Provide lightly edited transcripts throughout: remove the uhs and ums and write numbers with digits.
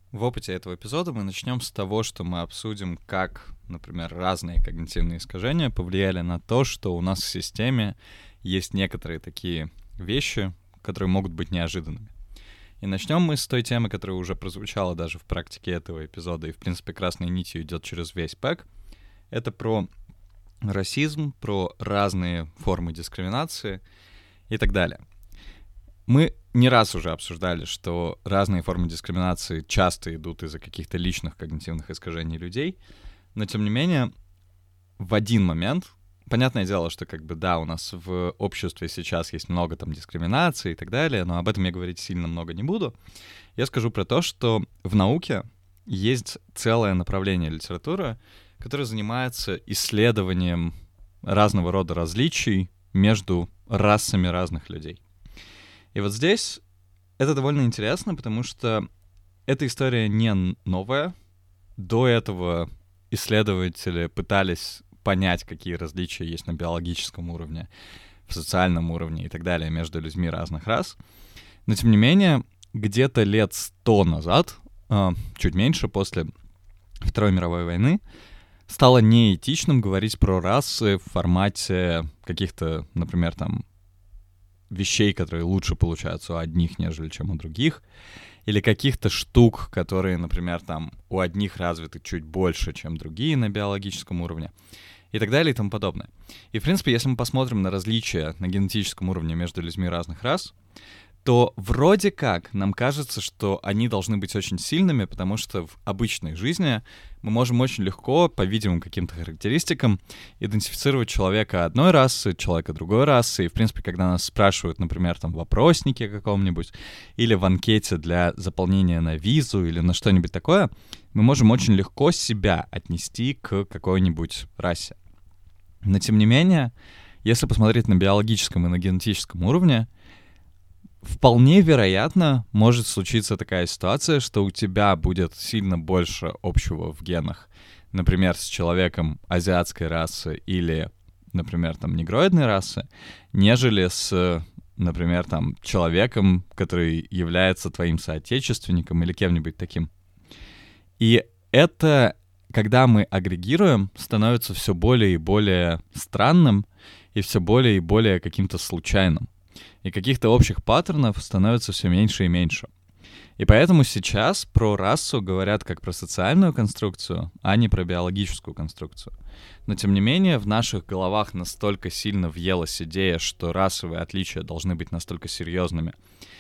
В опыте этого эпизода мы начнем с того, что мы обсудим, как, например, разные когнитивные искажения повлияли на то, что у нас в системе есть некоторые такие вещи, которые могут быть неожиданными. И начнем мы с той темы, которая уже прозвучала даже в практике этого эпизода, и, в принципе, красной нитью идет через весь пэк. Это про расизм, про разные формы дискриминации и так далее. Мы не раз уже обсуждали, что разные формы дискриминации часто идут из-за каких-то личных когнитивных искажений людей, но, тем не менее, в один момент, понятное дело, что у нас в обществе сейчас есть много там дискриминации и так далее, но об этом я говорить сильно много не буду. Я скажу про то, что в науке есть целое направление литературы, которое занимается исследованием разного рода различий между расами разных людей. И вот здесь это довольно интересно, потому что эта история не новая. До этого исследователи пытались понять, какие различия есть на биологическом уровне, в социальном уровне и так далее между людьми разных рас. Но, тем не менее, где-то лет 100 назад, чуть меньше, после Второй мировой войны, стало неэтичным говорить про расы в формате каких-то, например, там, вещей, которые лучше получаются у одних, нежели чем у других, или каких-то штук, которые, например, там, у одних развиты чуть больше, чем другие на биологическом уровне, и так далее и тому подобное. И, в принципе, если мы посмотрим на различия на генетическом уровне между людьми разных рас, то вроде как нам кажется, что они должны быть очень сильными, потому что в обычной жизни мы можем очень легко, по видимым каким-то характеристикам, идентифицировать человека одной расы, человека другой расы. И, в принципе, когда нас спрашивают, например, там, в вопроснике каком-нибудь или в анкете для заполнения на визу или на что-нибудь такое, мы можем очень легко себя отнести к какой-нибудь расе. Но, тем не менее, если посмотреть на биологическом и на генетическом уровне, вполне вероятно, может случиться такая ситуация, что у тебя будет сильно больше общего в генах, например, с человеком азиатской расы или, например, там, негроидной расы, нежели с, например, там, человеком, который является твоим соотечественником или кем-нибудь таким. И это, когда мы агрегируем, становится все более и более странным и все более и более каким-то случайным. И каких-то общих паттернов становится все меньше и меньше. И поэтому сейчас про расу говорят как про социальную конструкцию, а не про биологическую конструкцию. Но тем не менее в наших головах настолько сильно въелась идея, что расовые отличия должны быть настолько серьезными,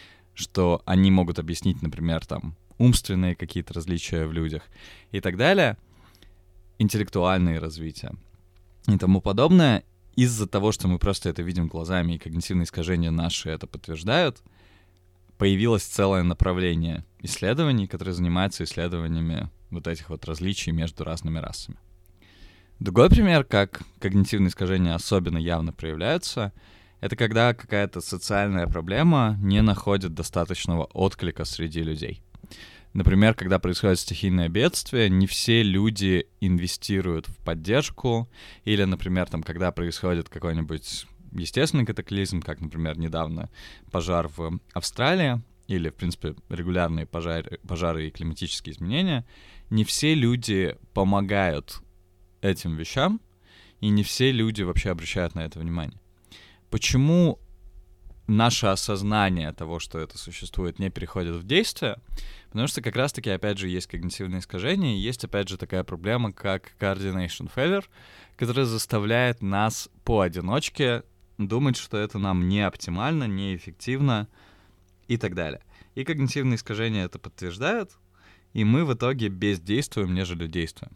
что они могут объяснить, например, там, умственные какие-то различия в людях и так далее, интеллектуальные развития и тому подобное. Из-за того, что мы просто это видим глазами, и когнитивные искажения наши это подтверждают, появилось целое направление исследований, которое занимается исследованиями вот этих вот различий между разными расами. Другой пример, как когнитивные искажения особенно явно проявляются, это когда какая-то социальная проблема не находит достаточного отклика среди людей. Например, когда происходит стихийное бедствие, не все люди инвестируют в поддержку, или, например, там, когда происходит какой-нибудь естественный катаклизм, как, например, недавно пожар в Австралии, или, в принципе, регулярные пожары и климатические изменения, не все люди помогают этим вещам, и не все люди вообще обращают на это внимание. Почему наше осознание того, что это существует, не переходит в действие? Потому что как раз-таки, опять же, есть когнитивные искажения, и есть, опять же, такая проблема, как coordination failure, которая заставляет нас поодиночке думать, что это нам не оптимально, неэффективно и так далее. И когнитивные искажения это подтверждают, и мы в итоге бездействуем, нежели действуем.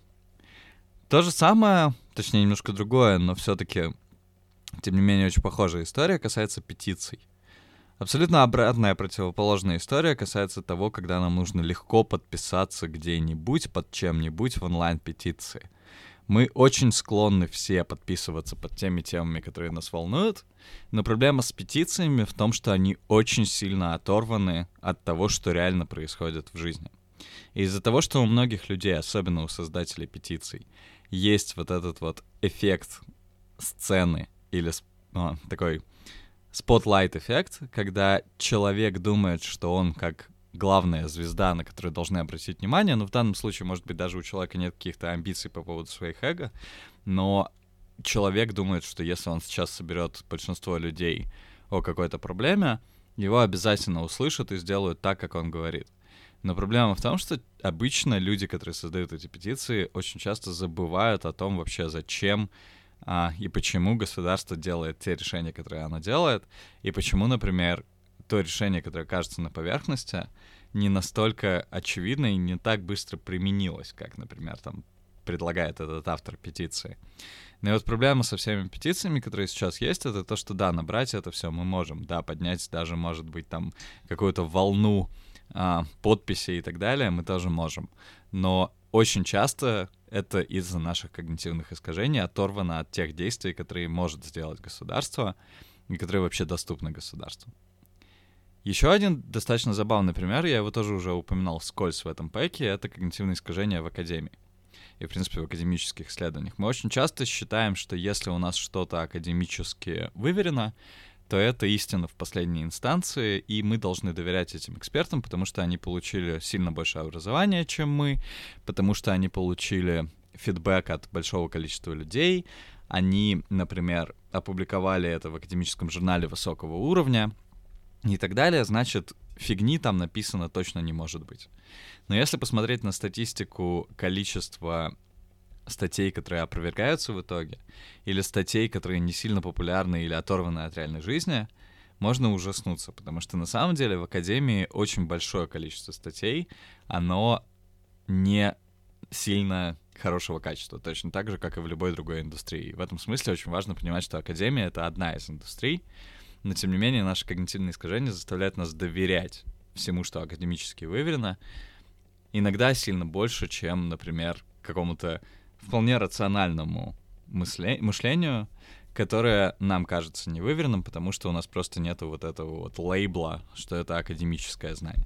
То же самое, точнее, немножко другое, но все-таки, тем не менее, очень похожая история касается петиций. Абсолютно обратная, противоположная история касается того, когда нам нужно легко подписаться где-нибудь под чем-нибудь в онлайн-петиции. Мы очень склонны все подписываться под теми темами, которые нас волнуют, но проблема с петициями в том, что они очень сильно оторваны от того, что реально происходит в жизни. И из-за того, что у многих людей, особенно у создателей петиций, есть вот этот вот эффект сцены или такой spotlight эффект, когда человек думает, что он как главная звезда, на которую должны обратить внимание. Но в данном случае, может быть, даже у человека нет каких-то амбиций по поводу своих эго, но человек думает, что если он сейчас соберет большинство людей о какой-то проблеме, его обязательно услышат и сделают так, как он говорит. Но проблема в том, что обычно люди, которые создают эти петиции, очень часто забывают о том вообще, зачем и почему государство делает те решения, которые оно делает, и почему, например, то решение, которое кажется на поверхности, не настолько очевидно и не так быстро применилось, как, например, там предлагает этот автор петиции. Но и вот проблема со всеми петициями, которые сейчас есть, это то, что да, набрать это все мы можем, да, поднять даже, может быть, там какую-то волну подписей и так далее мы тоже можем. Но очень часто это из-за наших когнитивных искажений оторвано от тех действий, которые может сделать государство и которые вообще доступны государству. Еще один достаточно забавный пример, я его тоже уже упоминал вскользь в этом пэке, это когнитивные искажения в академии. И, в принципе, в академических исследованиях. Мы очень часто считаем, что если у нас что-то академически выверено, то это истина в последней инстанции, и мы должны доверять этим экспертам, потому что они получили сильно больше образования, чем мы, потому что они получили фидбэк от большого количества людей, они, например, опубликовали это в академическом журнале высокого уровня и так далее, значит, фигни там написано точно не может быть. Но если посмотреть на статистику количества статей, которые опровергаются в итоге, или статей, которые не сильно популярны или оторваны от реальной жизни, можно ужаснуться, потому что на самом деле в академии очень большое количество статей, оно не сильно хорошего качества, точно так же, как и в любой другой индустрии. И в этом смысле очень важно понимать, что академия — это одна из индустрий, но тем не менее наши когнитивные искажения заставляют нас доверять всему, что академически выверено, иногда сильно больше, чем, например, какому-то вполне рациональному мышлению, которое нам кажется невыверенным, потому что у нас просто нету вот этого вот лейбла, что это академическое знание.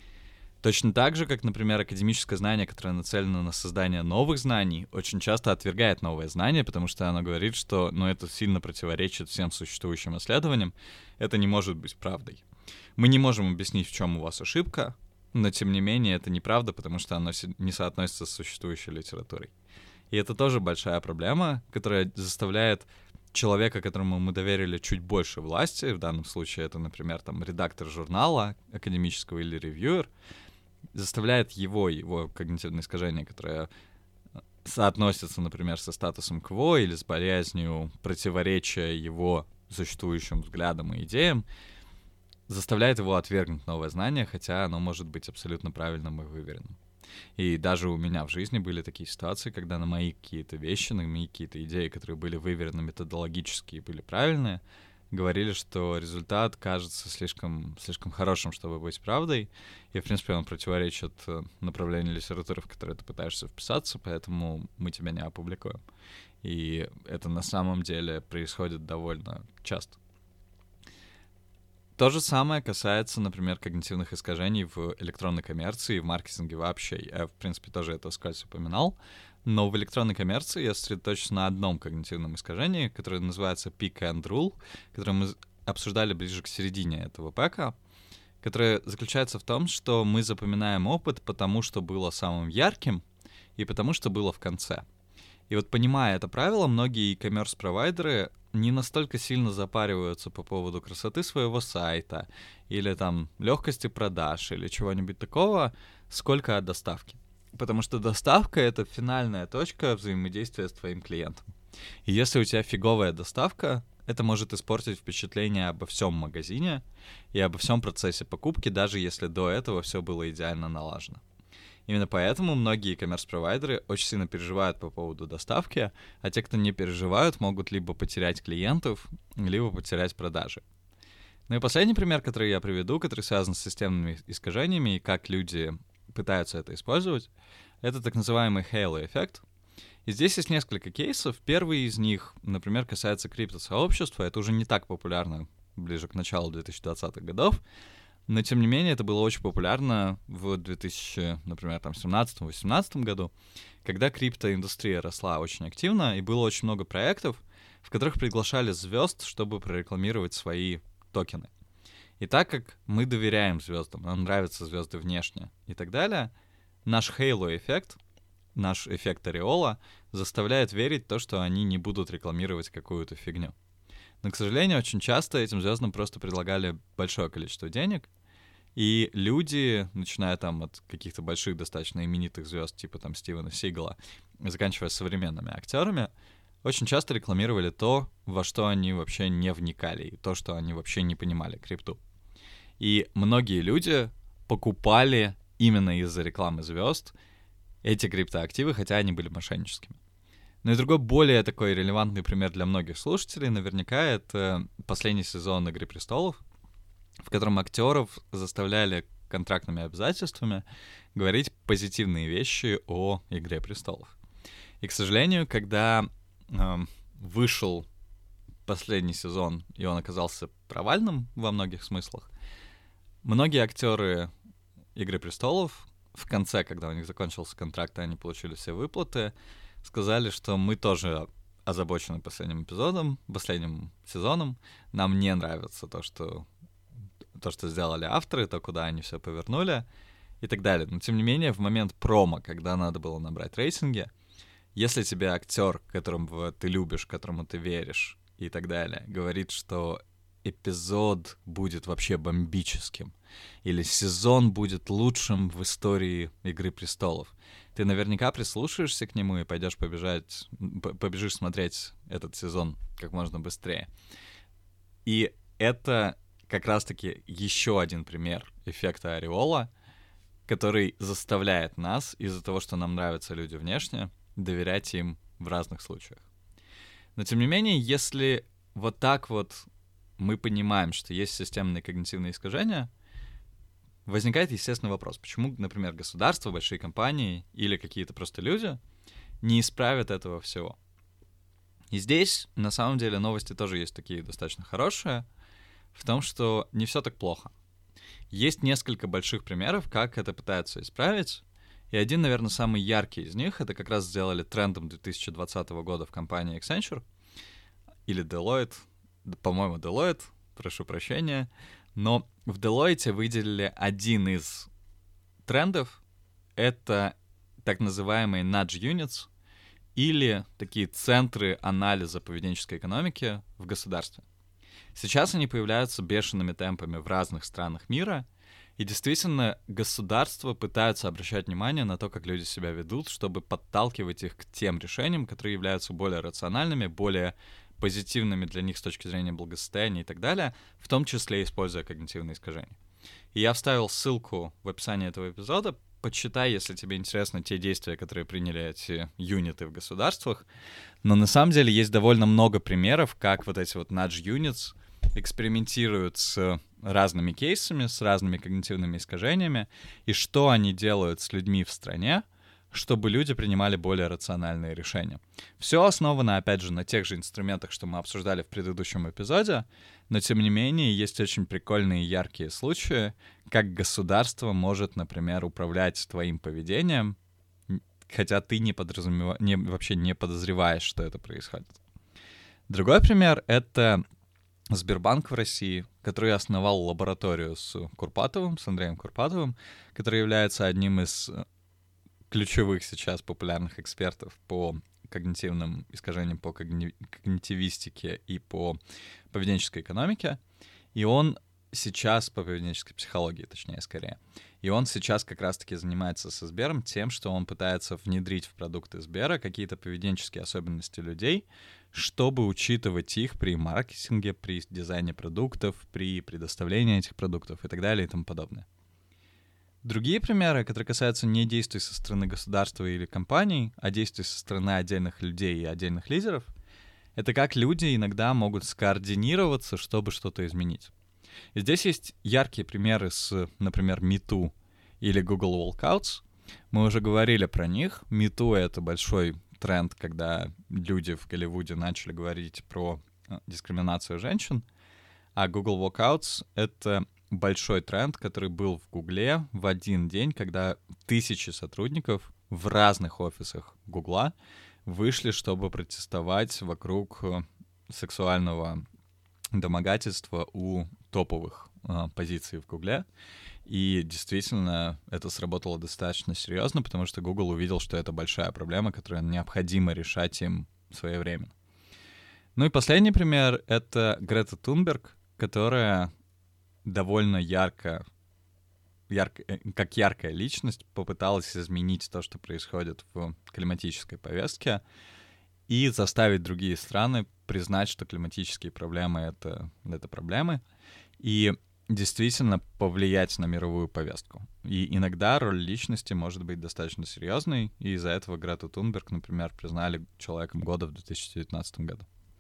Точно так же, как, например, академическое знание, которое нацелено на создание новых знаний, очень часто отвергает новое знание, потому что оно говорит, что это сильно противоречит всем существующим исследованиям, это не может быть правдой. Мы не можем объяснить, в чем у вас ошибка, но, тем не менее, это неправда, потому что оно не соотносится с существующей литературой. И это тоже большая проблема, которая заставляет человека, которому мы доверили чуть больше власти, в данном случае это, например, там, редактор журнала академического или ревьюер, заставляет его когнитивное искажение, которое соотносится, например, со статусом кво или с боязнью противоречия его существующим взглядам и идеям, заставляет его отвергнуть новое знание, хотя оно может быть абсолютно правильным и выверенным. И даже у меня в жизни были такие ситуации, когда на мои какие-то вещи, на мои какие-то идеи, которые были выверены методологически и были правильные, говорили, что результат кажется слишком хорошим, чтобы быть правдой, и, в принципе, он противоречит направлению литературы, в которое ты пытаешься вписаться, поэтому мы тебя не опубликуем. И это на самом деле происходит довольно часто. То же самое касается, например, когнитивных искажений в электронной коммерции, в маркетинге вообще. Я, в принципе, тоже это вскользь упоминал. Но в электронной коммерции я сосредоточусь на одном когнитивном искажении, которое называется pick and rule, которое мы обсуждали ближе к середине этого пэка, которое заключается в том, что мы запоминаем опыт потому, что было самым ярким, и потому, что было в конце. И вот, понимая это правило, многие e-commerce-провайдеры не настолько сильно запариваются по поводу красоты своего сайта или там легкости продаж или чего-нибудь такого, сколько от доставки. Потому что доставка — это финальная точка взаимодействия с твоим клиентом. И если у тебя фиговая доставка, это может испортить впечатление обо всем магазине и обо всем процессе покупки, даже если до этого все было идеально налажено. Именно поэтому многие e-commerce-провайдеры очень сильно переживают по поводу доставки, а те, кто не переживают, могут либо потерять клиентов, либо потерять продажи. Ну и последний пример, который я приведу, который связан с системными искажениями и как люди пытаются это использовать, это так называемый halo-эффект. И здесь есть несколько кейсов. Первый из них, например, касается криптосообщества. Это уже не так популярно ближе к началу 2020-х годов, но, тем не менее, это было очень популярно в 2017-2018 году, когда криптоиндустрия росла очень активно, и было очень много проектов, в которых приглашали звезд, чтобы прорекламировать свои токены. И так как мы доверяем звездам, нам нравятся звезды внешне и так далее, наш хейло-эффект, наш эффект ореола заставляет верить в то, что они не будут рекламировать какую-то фигню. Но, к сожалению, очень часто этим звездам просто предлагали большое количество денег, и люди, начиная там от каких-то больших достаточно именитых звезд, типа там Стивена Сигала, заканчивая современными актерами, очень часто рекламировали то, во что они вообще не вникали, и то, что они вообще не понимали крипту. И многие люди покупали именно из-за рекламы звезд эти криптоактивы, хотя они были мошенническими. Ну и другой, более такой релевантный пример для многих слушателей, наверняка, это последний сезон «Игры престолов», в котором актеров заставляли контрактными обязательствами говорить позитивные вещи о «Игре престолов». И, к сожалению, когда вышел последний сезон, и он оказался провальным во многих смыслах, многие актеры «Игры престолов» в конце, когда у них закончился контракт, и они получили все выплаты, сказали, что мы тоже озабочены последним эпизодом, последним сезоном. Нам не нравится то, что сделали авторы, то, куда они все повернули и так далее. Но, тем не менее, в момент промо, когда надо было набрать рейтинги, если тебе актер, которого ты любишь, которому ты веришь и так далее, говорит, что эпизод будет вообще бомбическим, или сезон будет лучшим в истории «Игры престолов», ты наверняка прислушаешься к нему и побежишь смотреть этот сезон как можно быстрее. И это как раз-таки еще один пример эффекта ореола, который заставляет нас, из-за того, что нам нравятся люди внешне, доверять им в разных случаях. Но, тем не менее, если вот так вот мы понимаем, что есть системные когнитивные искажения, возникает естественный вопрос, почему, например, государства, большие компании или какие-то просто люди не исправят этого всего. И здесь, на самом деле, новости тоже есть такие достаточно хорошие, в том, что не все так плохо. Есть несколько больших примеров, как это пытаются исправить, и один, наверное, самый яркий из них, это как раз сделали трендом 2020 года в компании Accenture, или Deloitte, по-моему, Deloitte, прошу прощения, но в Deloitte выделили один из трендов, это так называемые nudge units, или такие центры анализа поведенческой экономики в государстве. Сейчас они появляются бешеными темпами в разных странах мира, и действительно государства пытаются обращать внимание на то, как люди себя ведут, чтобы подталкивать их к тем решениям, которые являются более рациональными, более позитивными для них с точки зрения благосостояния и так далее, в том числе используя когнитивные искажения. И я вставил ссылку в описании этого эпизода. Почитай, если тебе интересны те действия, которые приняли эти юниты в государствах. Но на самом деле есть довольно много примеров, как вот эти вот nudge units экспериментируют с разными кейсами, с разными когнитивными искажениями, и что они делают с людьми в стране, чтобы люди принимали более рациональные решения. Все основано, опять же, на тех же инструментах, что мы обсуждали в предыдущем эпизоде, но, тем не менее, есть очень прикольные и яркие случаи, как государство может, например, управлять твоим поведением, хотя ты вообще не подозреваешь, что это происходит. Другой пример — это Сбербанк в России, который основал лабораторию с Андреем Курпатовым, который является одним из ключевых сейчас популярных экспертов по когнитивным искажениям, по когнитивистике и по поведенческой экономике. И он сейчас, по поведенческой психологии, точнее, скорее. И он сейчас как раз-таки занимается со Сбером тем, что он пытается внедрить в продукты Сбера какие-то поведенческие особенности людей, чтобы учитывать их при маркетинге, при дизайне продуктов, при предоставлении этих продуктов и так далее и тому подобное. Другие примеры, которые касаются не действий со стороны государства или компаний, а действий со стороны отдельных людей и отдельных лидеров, это как люди иногда могут скоординироваться, чтобы что-то изменить. И здесь есть яркие примеры с, например, MeToo или Google Walkouts. Мы уже говорили про них. MeToo — это большой тренд, когда люди в Голливуде начали говорить про дискриминацию женщин, а Google Walkouts — это большой тренд, который был в Гугле в один день, когда тысячи сотрудников в разных офисах Гугла вышли, чтобы протестовать вокруг сексуального домогательства у топовых позиции в Гугле. И действительно это сработало достаточно серьезно, потому что Google увидел, что это большая проблема, которую необходимо решать им своевременно. Ну и последний пример — это Грета Тунберг, которая довольно как яркая личность попыталась изменить то, что происходит в климатической повестке, и заставить другие страны признать, что климатические проблемы — это проблемы, и действительно повлиять на мировую повестку. И иногда роль личности может быть достаточно серьезной, и из-за этого Грету Тунберг, например, признали человеком года в 2019 году.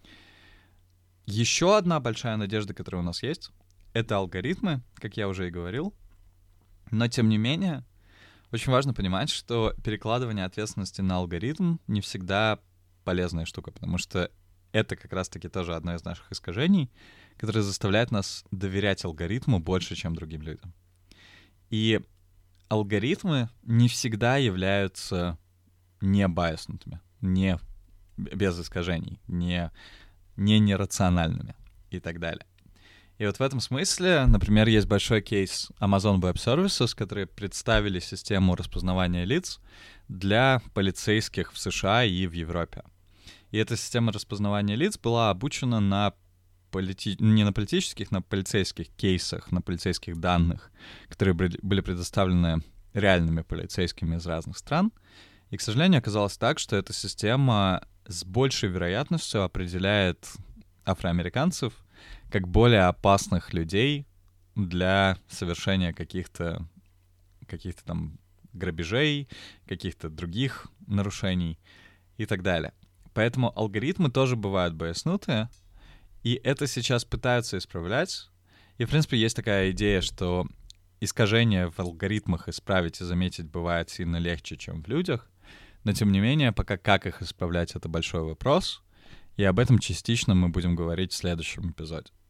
Еще одна большая надежда, которая у нас есть, это алгоритмы, как я уже и говорил. Но, тем не менее, очень важно понимать, что перекладывание ответственности на алгоритм не всегда полезная штука, потому что это как раз-таки тоже одно из наших искажений, которое заставляет нас доверять алгоритму больше, чем другим людям. И алгоритмы не всегда являются не байснутыми, не без искажений, не нерациональными и так далее. И вот в этом смысле, например, есть большой кейс Amazon Web Services, которые представили систему распознавания лиц для полицейских в США и в Европе. И эта система распознавания лиц была обучена не на политических, на полицейских кейсах, на полицейских данных, которые были предоставлены реальными полицейскими из разных стран. И, к сожалению, оказалось так, что эта система с большей вероятностью определяет афроамериканцев как более опасных людей для совершения каких-то там грабежей, каких-то других нарушений и так далее. Поэтому алгоритмы тоже бывают байснутые, и это сейчас пытаются исправлять. И, в принципе, есть такая идея, что искажения в алгоритмах исправить и заметить бывает сильно легче, чем в людях. Но, тем не менее, пока как их исправлять — это большой вопрос. И об этом частично мы будем говорить в следующем эпизоде.